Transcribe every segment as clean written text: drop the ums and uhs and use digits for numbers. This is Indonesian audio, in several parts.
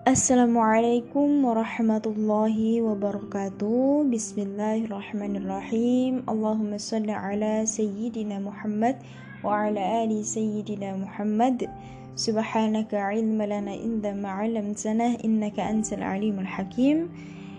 Assalamualaikum warahmatullahi wabarakatuh. Bismillahirrahmanirrahim. Allahumma salli ala sayyidina Muhammad wa ala ali sayyidina Muhammad. Subhanaka ilma lana illa ma 'allamtana innaka antal alimul hakim.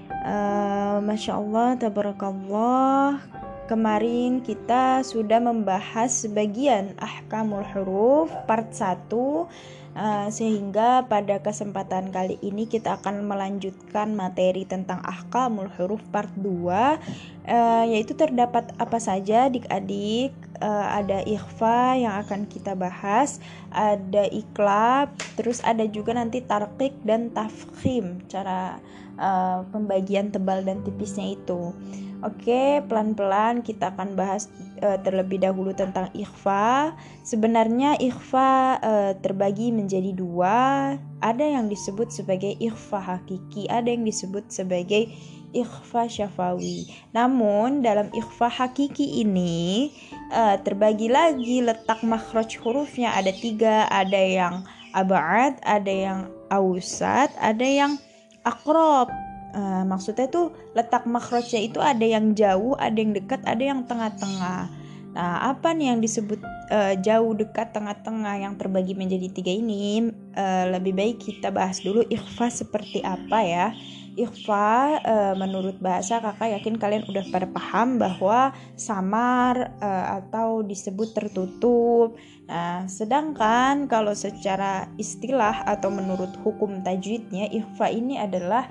Masya Allah, tabarakallah. Kemarin kita sudah membahas sebagian ahkamul huruf part 1. Sehingga pada kesempatan kali ini kita akan melanjutkan materi tentang ahkamul huruf part 2, yaitu terdapat apa saja adik-adik. Ada ikhfa yang akan kita bahas, ada iklab, terus ada juga nanti tarqiq dan tafkhim, cara pembagian tebal dan tipisnya itu. Oke, pelan-pelan kita akan bahas terlebih dahulu tentang ikhfa. Sebenarnya ikhfa terbagi menjadi dua. Ada yang disebut sebagai ikhfa hakiki, ada yang disebut sebagai ikhfa syafawi. Namun dalam ikhfa hakiki ini terbagi lagi letak makhraj hurufnya ada 3. Ada yang ab'ad, ada yang awsat, ada yang aqrab. Maksudnya tuh letak makhrajnya itu ada yang jauh, ada yang dekat, ada yang tengah-tengah. Nah, apa nih yang disebut jauh, dekat, tengah-tengah yang terbagi menjadi 3 ini? Lebih baik kita bahas dulu ikhfa seperti apa ya. Ikhfa menurut bahasa kakak yakin kalian udah pada paham bahwa samar atau disebut tertutup. Nah, sedangkan kalau secara istilah atau menurut hukum tajwidnya, ikhfa ini adalah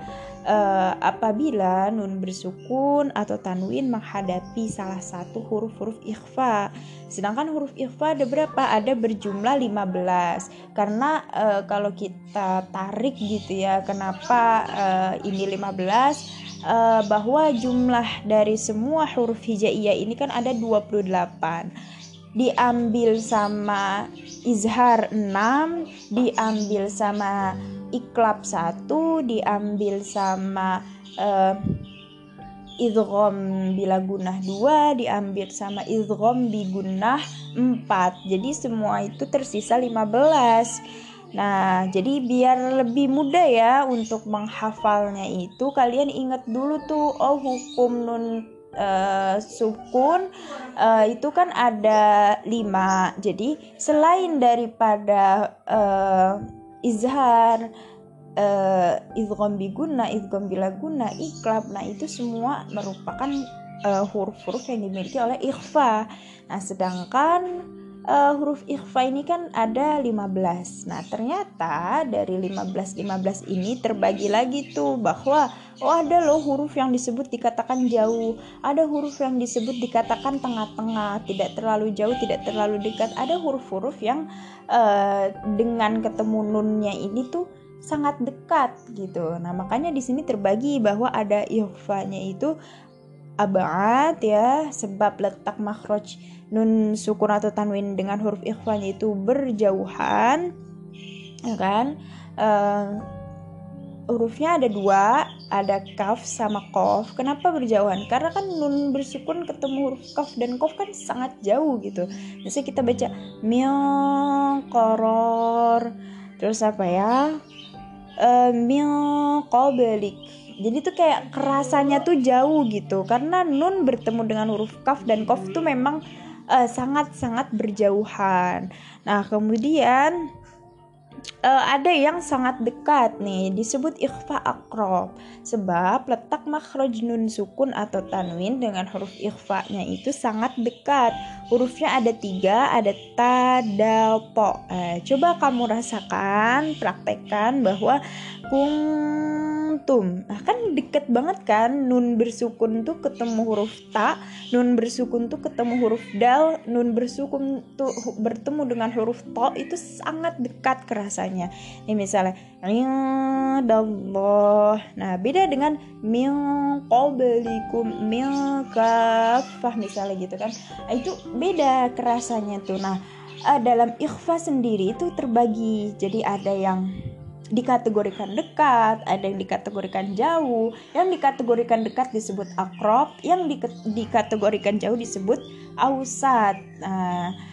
apabila nun bersukun atau tanwin menghadapi salah satu huruf-huruf ikhfa. Sedangkan huruf ikhfa ada berapa? Ada berjumlah 15. Karena kalau kita tarik gitu ya, kenapa ini 15? Bahwa jumlah dari semua huruf hijaiyah ini kan ada 28. Diambil sama izhar 6, diambil sama iklab 1, diambil sama idgham bila gunnah 2, diambil sama idgham bi gunnah 4. Jadi semua itu tersisa 15. Nah, jadi biar lebih mudah ya untuk menghafalnya itu, kalian ingat dulu tuh, hukum nun sukun itu kan ada 5. Jadi selain daripada izhar, idgham bi gunnah, idgham bila gunnah, iklab, nah itu semua merupakan huruf-huruf yang dimiliki oleh ikhfa. Nah, sedangkan huruf ikhfa ini kan ada 15. Nah, ternyata dari 15 ini terbagi lagi tuh bahwa ada loh huruf yang disebut dikatakan jauh, ada huruf yang disebut dikatakan tengah-tengah, tidak terlalu jauh, tidak terlalu dekat. Ada huruf-huruf yang dengan ketemu nunnya ini tuh sangat dekat gitu. Nah, makanya di sini terbagi bahwa ada ikhfanya itu ab'ad ya, sebab letak makhraj nun sukun atau tanwin dengan huruf ikhfanya itu berjauhan, ya kan? Hurufnya ada 2, ada kaf sama qaf. Kenapa berjauhan? Karena kan nun bersukun ketemu huruf kaf dan qaf kan sangat jauh gitu. Biasanya kita baca min qaror, terus apa ya, min qablik. Jadi tuh kayak kerasanya tuh jauh gitu, karena nun bertemu dengan huruf kaf dan qaf tuh memang sangat-sangat berjauhan. Nah, kemudian ada yang sangat dekat nih, disebut ikhfa aqrab, sebab letak makhraj nun sukun atau tanwin dengan huruf ikhfanya itu sangat dekat. Hurufnya ada 3, ada ta, dal, to. Coba kamu rasakan, praktekkan bahwa kuntum. Nah, kan deket banget kan, nun bersukun tuh ketemu huruf ta, nun bersukun tuh ketemu huruf dal, nun bersukun tuh bertemu dengan huruf to, itu sangat dekat kerasanya. Ini misalnya indallah. Nah, beda dengan min qablikum, min kafah misalnya gitu kan. Itu beda kerasanya tuh. Nah, dalam ikhfa sendiri itu terbagi. Jadi ada yang dikategorikan dekat, ada yang dikategorikan jauh. Yang dikategorikan dekat disebut aqrab, yang dikategorikan jauh disebut awsat. Nah,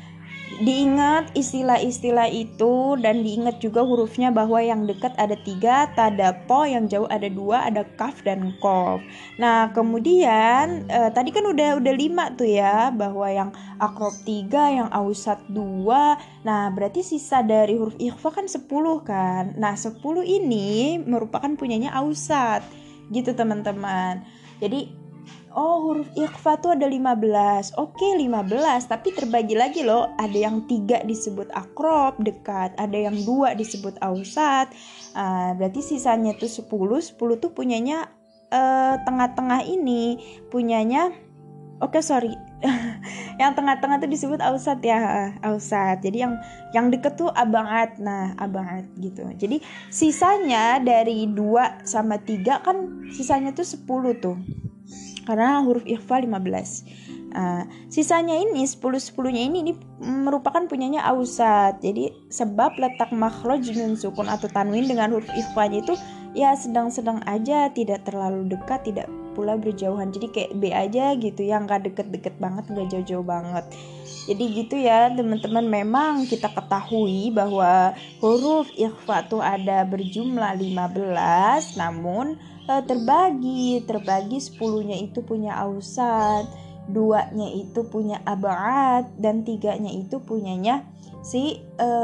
Diingat istilah-istilah itu dan diingat juga hurufnya bahwa yang dekat ada 3, tada po, yang jauh ada 2, ada kaf dan kof. Nah kemudian tadi kan udah 5 tuh ya, bahwa yang akrob 3, yang ausat 2. Nah berarti sisa dari huruf ikhfa kan 10 kan. Nah 10 ini merupakan punyanya ausat gitu teman-teman. Jadi huruf ikhfa tuh ada 15. Oke, 15, tapi terbagi lagi loh. Ada yang 3 disebut akrob, dekat. Ada yang 2 disebut ausat. Berarti sisanya tuh 10. 10 tuh punyanya tengah-tengah ini. Punyanya, sorry. Yang tengah-tengah tuh disebut ausat ya, ausat. Jadi yang deket tuh abangat. Nah, abangat gitu. Jadi sisanya dari 2 sama 3 kan sisanya tuh 10 tuh. Karena huruf ikhfa 15. Sisanya ini 10-10-nya ini merupakan punyanya ausat. Jadi sebab letak makhraj nun sukun atau tanwin dengan huruf ikhfanya itu ya sedang-sedang aja, tidak terlalu dekat, tidak pula berjauhan. Jadi kayak B aja gitu ya, nggak deket-deket banget, nggak jauh-jauh banget. Jadi gitu ya teman-teman, memang kita ketahui bahwa huruf ikhfa tuh ada berjumlah 15, namun terbagi 10-nya itu punya ausat, 2-nya itu punya ab'ad, dan 3-nya itu punyanya si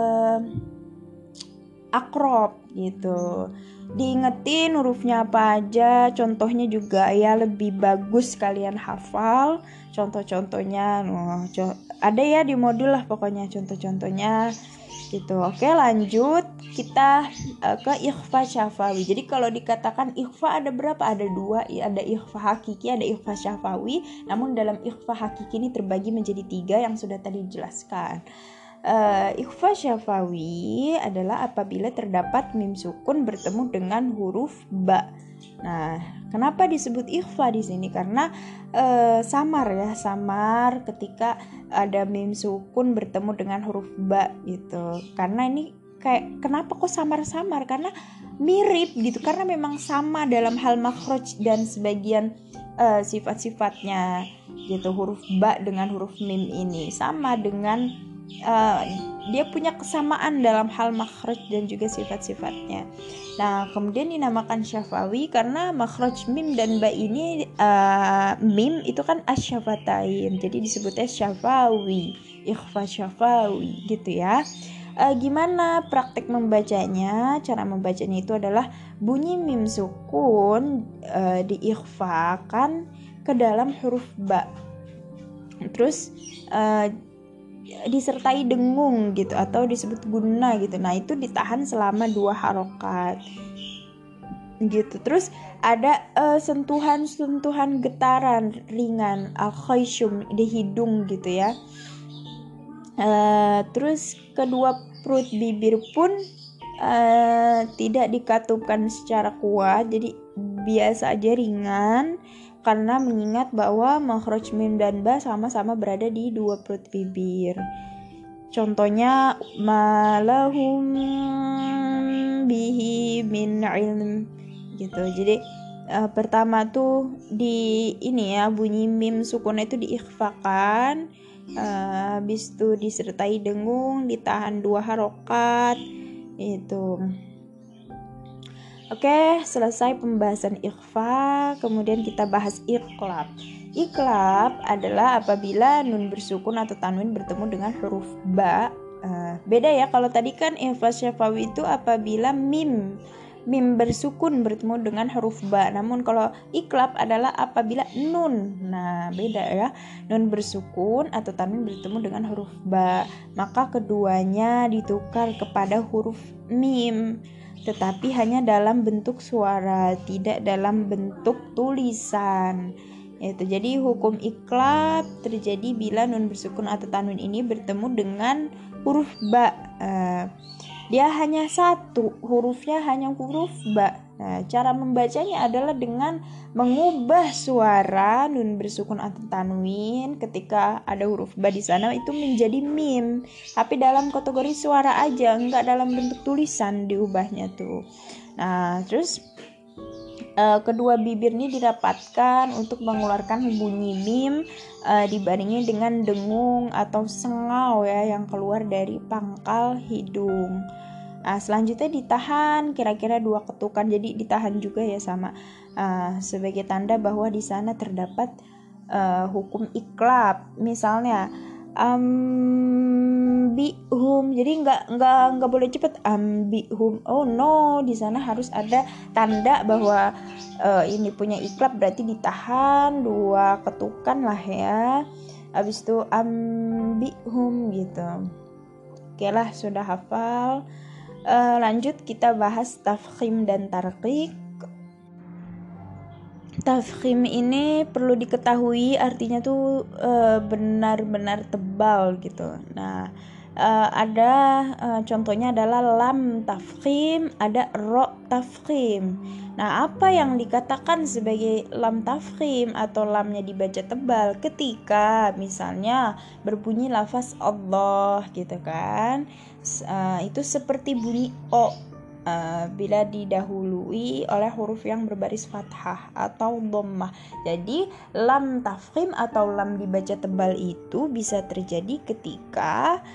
akrob gitu. Diingetin hurufnya apa aja, contohnya juga ya, lebih bagus kalian hafal contoh-contohnya. Ada ya di modul lah pokoknya contoh-contohnya gitu. Oke, lanjut kita ke ikhfa syafawi. Jadi kalau dikatakan ikhfa ada berapa? Ada 2, ada ikhfa hakiki, ada ikhfa syafawi. Namun dalam ikhfa hakiki ini terbagi menjadi 3 yang sudah tadi dijelaskan. Ikhfa syafawi adalah apabila terdapat mim sukun bertemu dengan huruf ba. Nah, kenapa disebut ikhfa di sini? Karena samar ketika ada mim sukun bertemu dengan huruf ba gitu. Karena ini kayak kenapa kok samar-samar? Karena mirip gitu. Karena memang sama dalam hal makhraj dan sebagian sifat-sifatnya gitu. Huruf ba dengan huruf mim ini sama dengan dia punya kesamaan dalam hal makhraj dan juga sifat-sifatnya. Nah, kemudian dinamakan syafawi karena makhraj mim dan ba ini mim itu kan asyafatain. Jadi disebutnya syafawi, ikhfa syafawi gitu ya. Gimana praktek membacanya? Cara membacanya itu adalah bunyi mim sukun diikhfakan ke dalam huruf ba. Terus disertai dengung gitu atau disebut guna gitu. Nah, itu ditahan selama 2 harokat gitu. Terus ada sentuhan-sentuhan getaran ringan al-khayshum di hidung gitu ya. Terus kedua perut bibir pun tidak dikatupkan secara kuat, jadi biasa aja ringan, karena mengingat bahwa makhraj mim dan ba sama-sama berada di 2 perut bibir. Contohnya malahum bihi min ilm gitu. Jadi pertama tuh di ini ya, bunyi mim sukun itu diikhfakan, habis itu disertai dengung, ditahan 2 harokat itu. Oke, selesai pembahasan ikhfa. Kemudian kita bahas iqlab. Iqlab adalah apabila nun bersukun atau tanwin bertemu dengan huruf ba. Beda ya, kalau tadi kan ikhfa syafawi itu apabila mim bersukun bertemu dengan huruf ba. Namun kalau iqlab adalah apabila nun. Nah, beda ya. Nun bersukun atau tanwin bertemu dengan huruf ba, maka keduanya ditukar kepada huruf mim, tetapi hanya dalam bentuk suara, tidak dalam bentuk tulisan. Itu jadi hukum iqlab terjadi bila nun bersukun atau tanwin ini bertemu dengan huruf ba. Dia hanya satu, hurufnya hanya huruf ba. Nah, cara membacanya adalah dengan mengubah suara nun bersukun atau tanwin ketika ada huruf ba di sana itu menjadi mim, tapi dalam kategori suara aja, enggak dalam bentuk tulisan diubahnya tuh. Nah, terus kedua bibir ini dirapatkan untuk mengeluarkan bunyi mim dibandingin dengan dengung atau sengau ya yang keluar dari pangkal hidung. Nah, selanjutnya ditahan kira-kira 2 ketukan, jadi ditahan juga ya sama sebagai tanda bahwa di sana terdapat hukum iklab. Misalnya ambihum, jadi nggak boleh cepet ambihum. Oh no, di sana harus ada tanda bahwa ini punya iklab, berarti ditahan 2 ketukan lah ya. Habis itu ambihum gitu. Oke lah, sudah hafal. Lanjut kita bahas tafkhim dan tarqiq. Tafkhim ini perlu diketahui artinya tuh benar-benar tebal gitu. Nah, ada contohnya adalah lam tafkhim, ada ro tafkhim. Nah, apa yang dikatakan sebagai lam tafkhim atau lamnya dibaca tebal ketika misalnya berbunyi lafaz Allah gitu kan. Itu seperti bunyi o bila didahului oleh huruf yang berbaris fathah atau dhammah. Jadi lam tafkhim atau lam dibaca tebal itu bisa terjadi ketika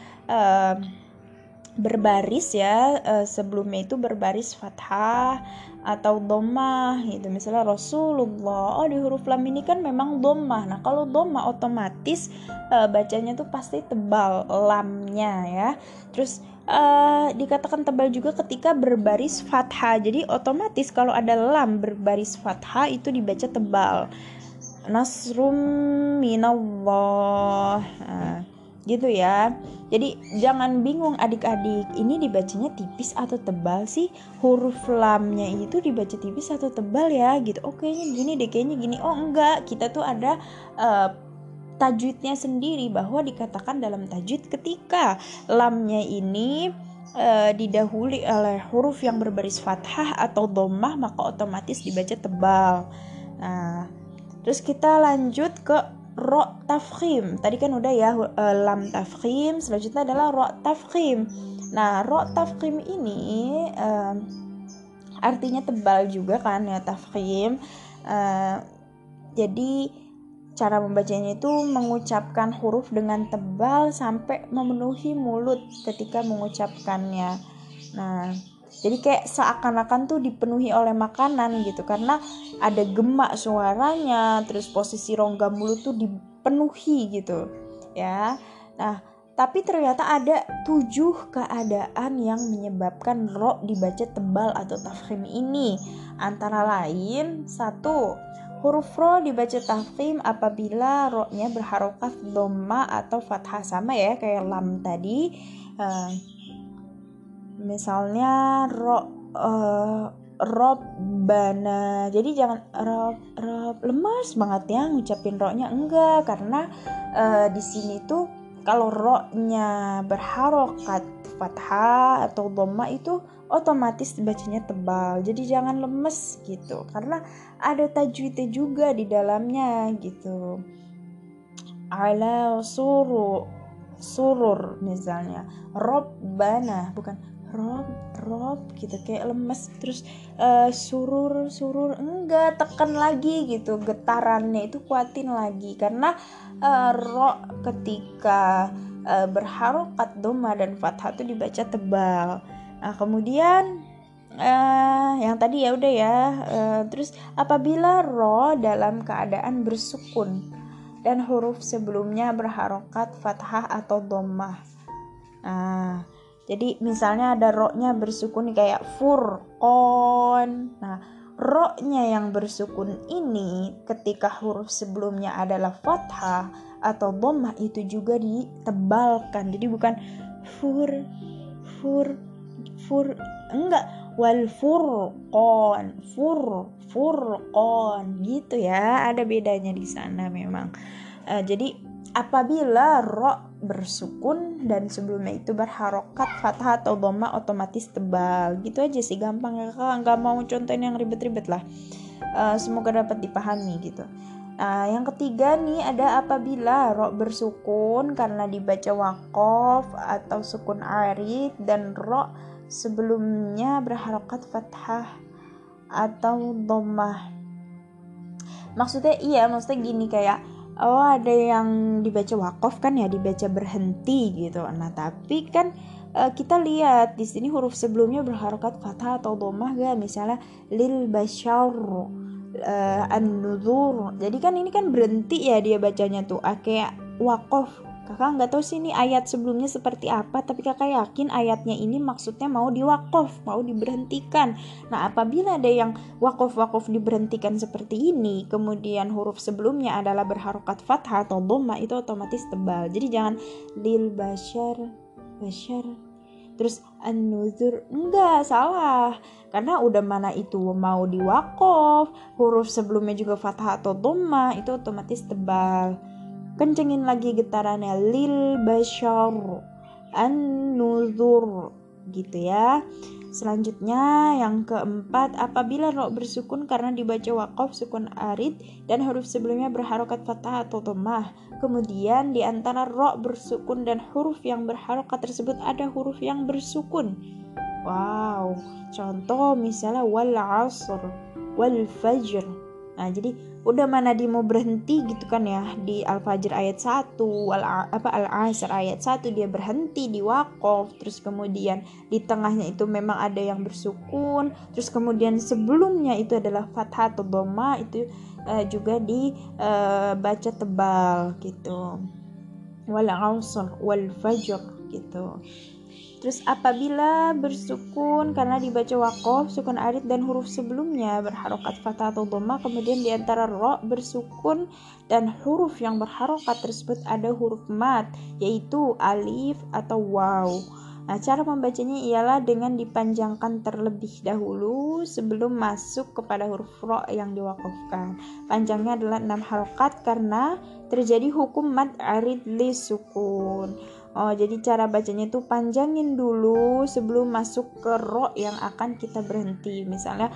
berbaris ya, sebelumnya itu berbaris fathah atau dhammah gitu. Misalnya Rasulullah, di huruf lam ini kan memang dhammah. Nah, kalau dhammah otomatis bacanya tuh pasti tebal lamnya ya. Terus dikatakan tebal juga ketika berbaris fathah. Jadi otomatis kalau ada lam berbaris fathah itu dibaca tebal. Nasrum minallah. Gitu ya. Jadi jangan bingung adik-adik, ini dibacanya tipis atau tebal sih? Huruf lamnya itu dibaca tipis atau tebal ya gitu. Oke, gini deh, kayaknya gini. Oh enggak, kita tuh ada tajwidnya sendiri, bahwa dikatakan dalam tajwid ketika lamnya ini didahului oleh huruf yang berbaris fathah atau dhammah maka otomatis dibaca tebal. Nah, terus kita lanjut ke ro tafkhim. Tadi kan udah ya lam tafkhim, selanjutnya adalah ro tafkhim. Nah, ro tafkhim ini artinya tebal juga kan ya, tafkhim. Jadi cara membacanya itu mengucapkan huruf dengan tebal sampai memenuhi mulut ketika mengucapkannya. Nah, jadi kayak seakan-akan tuh dipenuhi oleh makanan gitu, karena ada gemak suaranya, terus posisi rongga mulut tuh dipenuhi gitu ya. Nah, tapi ternyata ada 7 keadaan yang menyebabkan ro dibaca tebal atau tafkhim ini. Antara lain, 1, huruf ro dibaca tafkhim apabila ro-nya berharokat dhamma atau fathah, sama ya kayak lam tadi. Misalnya Robbana. Jadi jangan rob lemas banget ya ngucapin ro-nya, enggak, karena di sini tuh kalau ro-nya berharokat fathah atau dhamma itu otomatis bacanya tebal. Jadi jangan lemes gitu, karena ada tajwidnya juga di dalamnya gitu. Ala surur misalnya, Robbana, bukan rob gitu kayak lemes. Terus surur enggak, tekan lagi gitu, getarannya itu kuatin lagi, karena ro ketika berharokat dhamma dan fathah itu dibaca tebal. Nah, kemudian yang tadi ya udah ya. Terus apabila ro dalam keadaan bersukun dan huruf sebelumnya berharokat fathah atau dhammah. Nah, jadi misalnya ada ro-nya bersukun kayak furqon. Nah, ro-nya yang bersukun ini ketika huruf sebelumnya adalah fathah atau dhammah itu juga ditebalkan. Jadi bukan fur enggak, wal furqon gitu ya, ada bedanya di sana memang. Jadi apabila ro bersukun dan sebelumnya itu berharokat fathah atau dhamma otomatis tebal. Gitu aja sih, gampang ya Kak, nggak mau contohin yang ribet-ribet lah. Semoga dapat dipahami gitu. Nah, yang ketiga nih ada apabila ro bersukun karena dibaca waqaf atau sukun arid dan ro sebelumnya berharokat fathah atau dhammah. Maksudnya gini, kayak ada yang dibaca waqaf kan ya, dibaca berhenti gitu. Nah tapi kan kita lihat di sini huruf sebelumnya berharokat fathah atau dhammah gak? Misalnya lil bashar, an-nuzur. Jadi kan ini kan berhenti ya dia bacanya tuh, kayak waqaf. Kakak nggak tahu sih ini ayat sebelumnya seperti apa, tapi kakak yakin ayatnya ini maksudnya mau diwaqaf, mau diberhentikan. Nah apabila ada yang waqaf diberhentikan seperti ini, kemudian huruf sebelumnya adalah berharokat fathah atau dhammah, itu otomatis tebal. Jadi jangan lil bashar terus an-nuzur, enggak, salah. Karena udah mana itu mau diwaqaf, huruf sebelumnya juga fathah atau dhammah, itu otomatis tebal. Kencengin lagi getarannya, lil bashar an-nuzur gitu ya. Selanjutnya yang keempat, apabila ro bersukun karena dibaca waqaf sukun arid dan huruf sebelumnya berharokat fathah atau dhammah. Kemudian di antara ro bersukun dan huruf yang berharokat tersebut ada huruf yang bersukun. Wow, contoh misalnya wal asr, wal fajr. Nah jadi udah mana dia mau berhenti gitu kan ya, di Al-Fajr ayat 1, Al-Asr ayat 1 dia berhenti di waqaf, terus kemudian di tengahnya itu memang ada yang bersukun, terus kemudian sebelumnya itu adalah fathah atau dhammah, itu juga dibaca tebal gitu. Wal asr wal fajr gitu. Terus apabila bersukun karena dibaca waqaf sukun arid dan huruf sebelumnya berharokat fathah atau dhammah, kemudian di antara ro bersukun dan huruf yang berharokat tersebut ada huruf mat, yaitu alif atau waw. Nah, cara membacanya ialah dengan dipanjangkan terlebih dahulu sebelum masuk kepada huruf ro yang diwaqafkan. Panjangnya adalah 6 harokat karena terjadi hukum mad arid li sukun. Jadi cara bacanya itu panjangin dulu sebelum masuk ke ro yang akan kita berhenti. Misalnya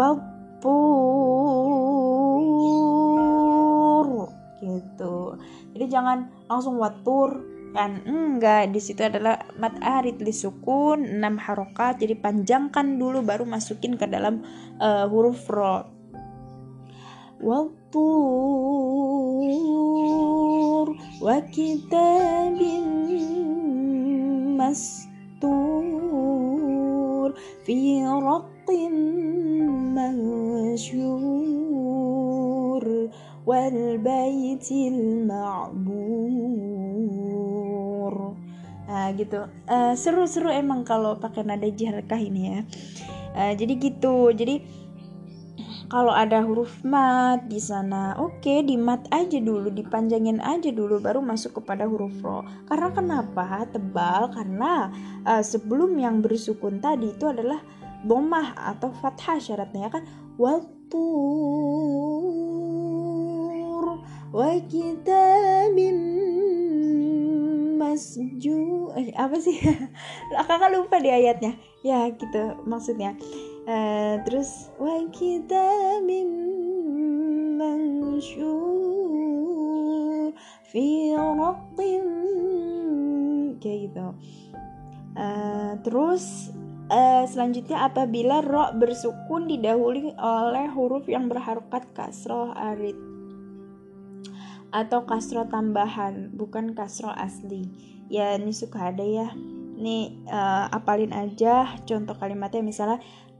watur gitu. Jadi jangan langsung watur kan, enggak, di situ adalah mad arid li sukun 6 harokat, jadi panjangkan dulu baru masukin ke dalam huruf ro. Watur wa kitabin mastur fi raqqin mansyur wal baitil ma'mur. Nah gitu, seru-seru emang kalau pakai nada jiharkah ini ya. Jadi gitu, jadi kalau ada huruf mat di sana, oke, di mat aja dulu, dipanjangin aja dulu, baru masuk kepada huruf ro. Karena kenapa tebal? Karena sebelum yang bersukun tadi itu adalah dhammah atau fathah syaratnya kan. Watur wa kitabim masju, apa sih? Kakak lupa di ayatnya. Ya gitu maksudnya. Terus wa kitabim mansyur fi raqqin kayak gitu. Terus selanjutnya apabila ro bersukun didahului oleh huruf yang berharokat kasroh arid atau kasroh tambahan, bukan kasroh asli. Ya ini suka ada ya. Nih apalin aja contoh kalimatnya, misalnya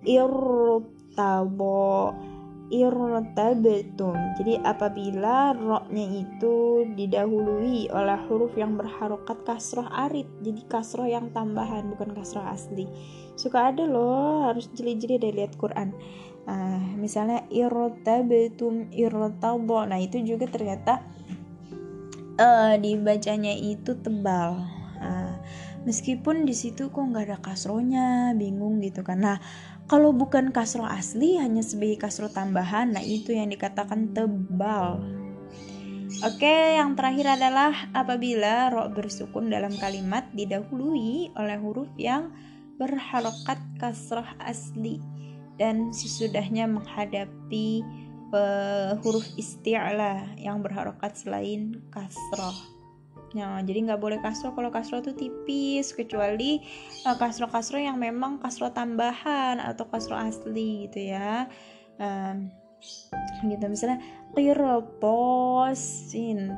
irtabetum. Jadi apabila ro-nya itu didahului oleh huruf yang berharokat kasroh arid, jadi kasroh yang tambahan bukan kasroh asli. Suka ada loh, harus jeli-jeli deh lihat Quran. Misalnya irtabetum, irtabo. Nah itu juga ternyata dibacanya itu tebal. Meskipun di situ kok nggak ada kasrohnya, bingung gitu kan. Nah kalau bukan kasroh asli, hanya sebagai kasroh tambahan, nah itu yang dikatakan tebal. Oke, yang terakhir adalah apabila ro bersukun dalam kalimat didahului oleh huruf yang berharokat kasroh asli dan sesudahnya menghadapi huruf isti'la yang berharokat selain kasroh. Nah, jadi nggak boleh kasroh. Kalau kasroh tuh tipis, kecuali kasroh-kasroh yang memang kasroh tambahan atau kasroh asli gitu ya. Gitu. Misalnya qirtasin,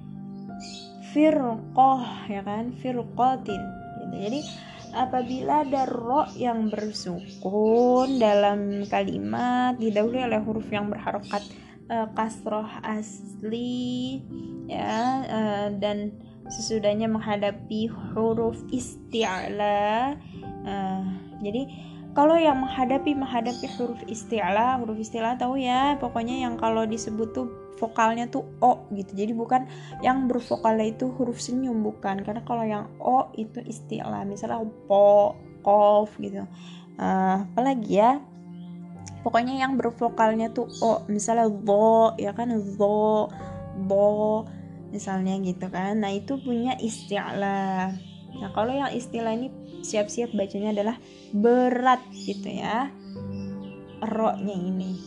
firqah, ya kan, firqatin gitu. Jadi apabila ada ro yang bersukun dalam kalimat didahului oleh huruf yang berharokat kasroh asli, ya, dan sesudahnya menghadapi huruf isti'la. Jadi kalau yang menghadapi huruf isti'la tahu ya, pokoknya yang kalau disebut tuh vokalnya tuh o gitu. Jadi bukan yang bervokalnya itu huruf senyum, bukan. Karena kalau yang o itu isti'la, misalnya po, kof gitu. Apalagi ya, pokoknya yang bervokalnya tuh o, misalnya do, ya kan, do, bo, misalnya gitu kan. Nah itu punya isti'la. Nah kalau yang istilah ini siap-siap bacanya adalah berat gitu ya, ro-nya ini.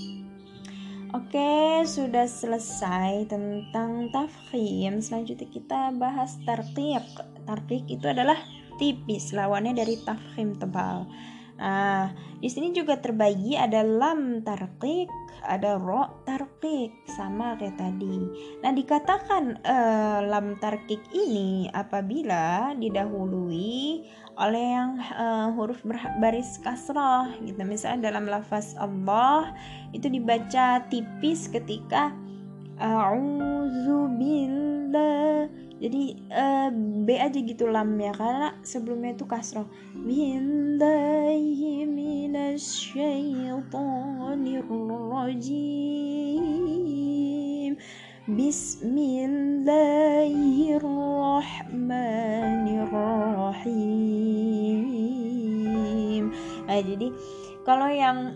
Oke, sudah selesai tentang tafkhim. Selanjutnya kita bahas tarqiq. Tarqiq itu adalah tipis, lawannya dari tafkhim, tebal. Nah, di sini juga terbagi ada lam tarqiq, ada ro tarqiq, sama kayak tadi. Nah, dikatakan lam tarqiq ini apabila didahului oleh yang huruf berbaris kasrah gitu. Misalnya dalam lafaz Allah itu dibaca tipis ketika a'udzubillah. Jadi B aja gitu lamnya, karena sebelumnya itu kasroh. Billahi minasyaitonir rajim. Bismillahirrahmanirrahim. Nah, jadi kalau yang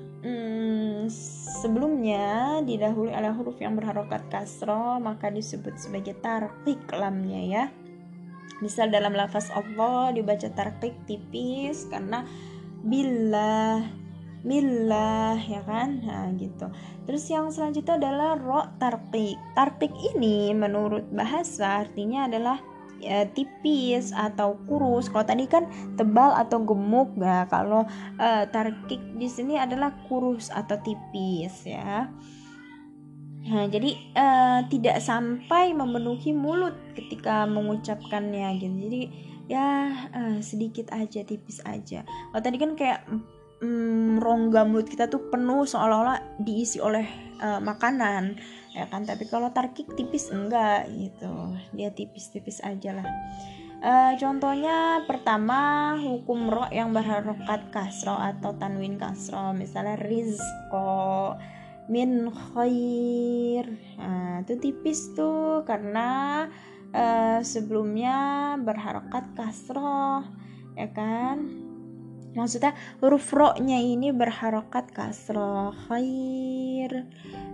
sebelumnya didahului oleh huruf yang berharokat kasroh maka disebut sebagai tarqiq lamnya ya. Misal dalam lafaz Allah dibaca tarqiq tipis karena billah, millah, ya kan. Nah gitu. Terus yang selanjutnya adalah ro tarqiq. Tarqiq ini menurut bahasa artinya adalah ya, tipis atau kurus. Kalau tadi kan tebal atau gemuk. Nah, kalau tarqiq di sini adalah kurus atau tipis ya. Nah, jadi tidak sampai memenuhi mulut ketika mengucapkannya gitu. Jadi ya sedikit aja, tipis aja. Kalau tadi kan kayak rongga mulut kita tuh penuh seolah-olah diisi oleh makanan, ya kan. Tapi kalau tarqiq tipis enggak gitu, dia tipis-tipis aja lah. Contohnya pertama hukum ro yang berharokat kasro atau tanwin kasro, misalnya rizqo, min khair. Nah itu tipis tuh karena sebelumnya berharokat kasro, ya kan. Maksudnya huruf ro-nya ini berharokat kasroh, khair,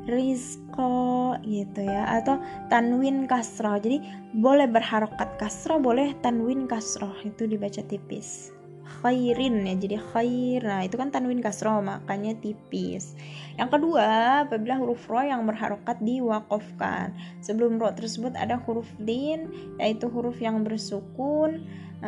rizqo gitu ya, atau tanwin kasroh. Jadi boleh berharokat kasroh, boleh tanwin kasroh, itu dibaca tipis. Khairin ya, jadi khair. Nah itu kan tanwin kasroh, makanya tipis. Yang kedua, apabila huruf ro yang berharokat diwaqafkan. Sebelum ro tersebut ada huruf lin, yaitu huruf yang bersukun.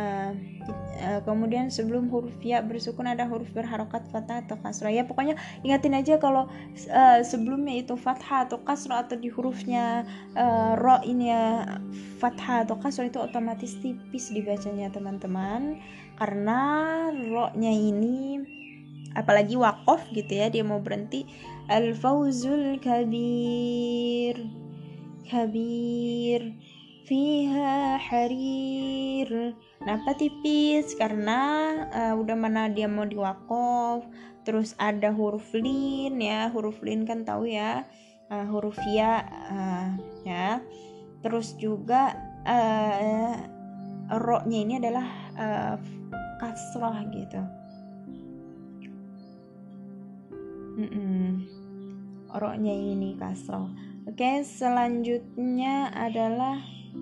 Kemudian sebelum huruf ya bersukun ada huruf berharokat fathah atau kasrah. Ya pokoknya ingatin aja kalau sebelumnya itu fathah atau kasrah atau di hurufnya ro ini ya fathah atau kasrah, itu otomatis tipis dibacanya teman-teman, karena ro-nya ini apalagi waqaf gitu ya, dia mau berhenti. Al-fawzul kabir, kabir fiha harir. Kenapa tipis? Karena udah mana dia mau diwaqaf. Terus ada huruf lin ya, huruf lin kan tahu ya, huruf ya, ya. Terus juga ro-nya ini adalah kasrah gitu. Ro-nya ini kasrah. Oke, selanjutnya adalah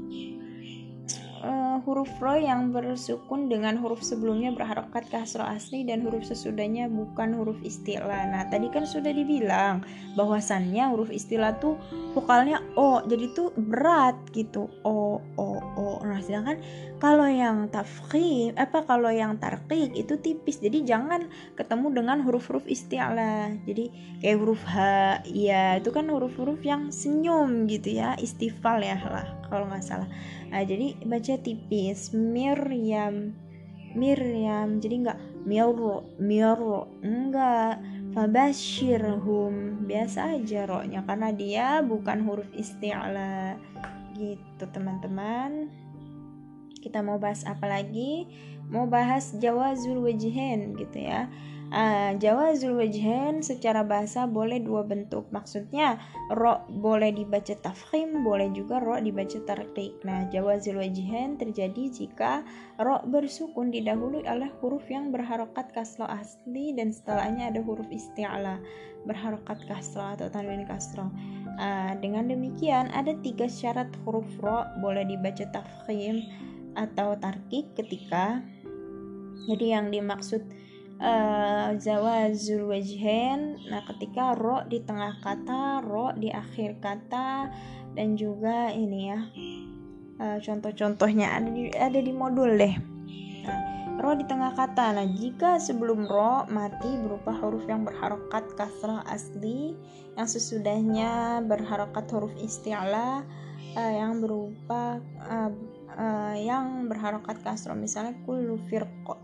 huruf ro yang bersukun dengan huruf sebelumnya berharokat kasroh asli dan huruf sesudahnya bukan huruf istilah. Nah tadi kan sudah dibilang bahwasannya huruf istilah tuh vokalnya o, jadi tuh berat gitu, o. sempurna. Sedangkan kalau yang tafkhim kalau yang tarqiq itu tipis. Jadi jangan ketemu dengan huruf-huruf isti'la. Jadi kayak huruf H, ya itu kan huruf-huruf yang senyum gitu ya, istifal ya lah kalau nggak salah. Nah, jadi baca tipis, Miryam, jadi nggak mirro, enggak. Fabashirhum, biasa aja roknya karena dia bukan huruf isti'la gitu teman-teman. Kita mau bahas apa lagi? Mau bahas jawazul wajhain gitu ya. Jawazul wajhain secara bahasa boleh dua bentuk. Maksudnya ro boleh dibaca tafkhim, boleh juga ro dibaca tarqiq. Nah, jawazul wajhain terjadi jika ro bersukun didahului oleh huruf yang berharokat kasroh asli dan setelahnya ada huruf isti'la berharokat kasroh atau tanwin kasroh. Dengan demikian ada 3 syarat huruf ro boleh dibaca tafkhim atau tarqiq ketika, jadi yang dimaksud zawazul wajhain, nah ketika ro di tengah kata, ro di akhir kata, dan juga ini ya contoh-contohnya ada di modul deh. Nah, ro di tengah kata, nah jika sebelum ro mati berupa huruf yang berharokat kasrah asli, yang sesudahnya berharokat huruf isti'la yang berupa yang berharokat kasrah, misalnya kullu firqa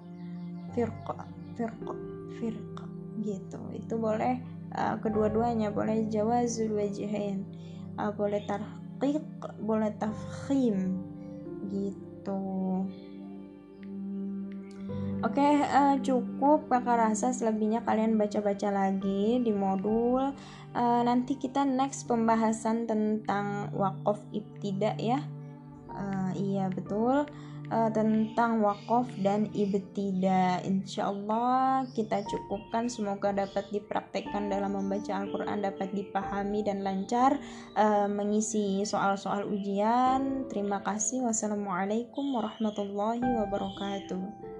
gitu. Itu boleh kedua-duanya, boleh jawazul wajhain, boleh tarqiq, boleh tafkhim gitu. Oke, cukup kakak rasa, selebihnya kalian baca-baca lagi di modul. Nanti kita next pembahasan tentang waqaf ibtida ya. Iya betul, tentang waqaf dan ibtida. Insyaallah kita cukupkan, semoga dapat dipraktekkan dalam membaca Al-Quran, dapat dipahami dan lancar mengisi soal-soal ujian. Terima kasih. Wassalamualaikum warahmatullahi wabarakatuh.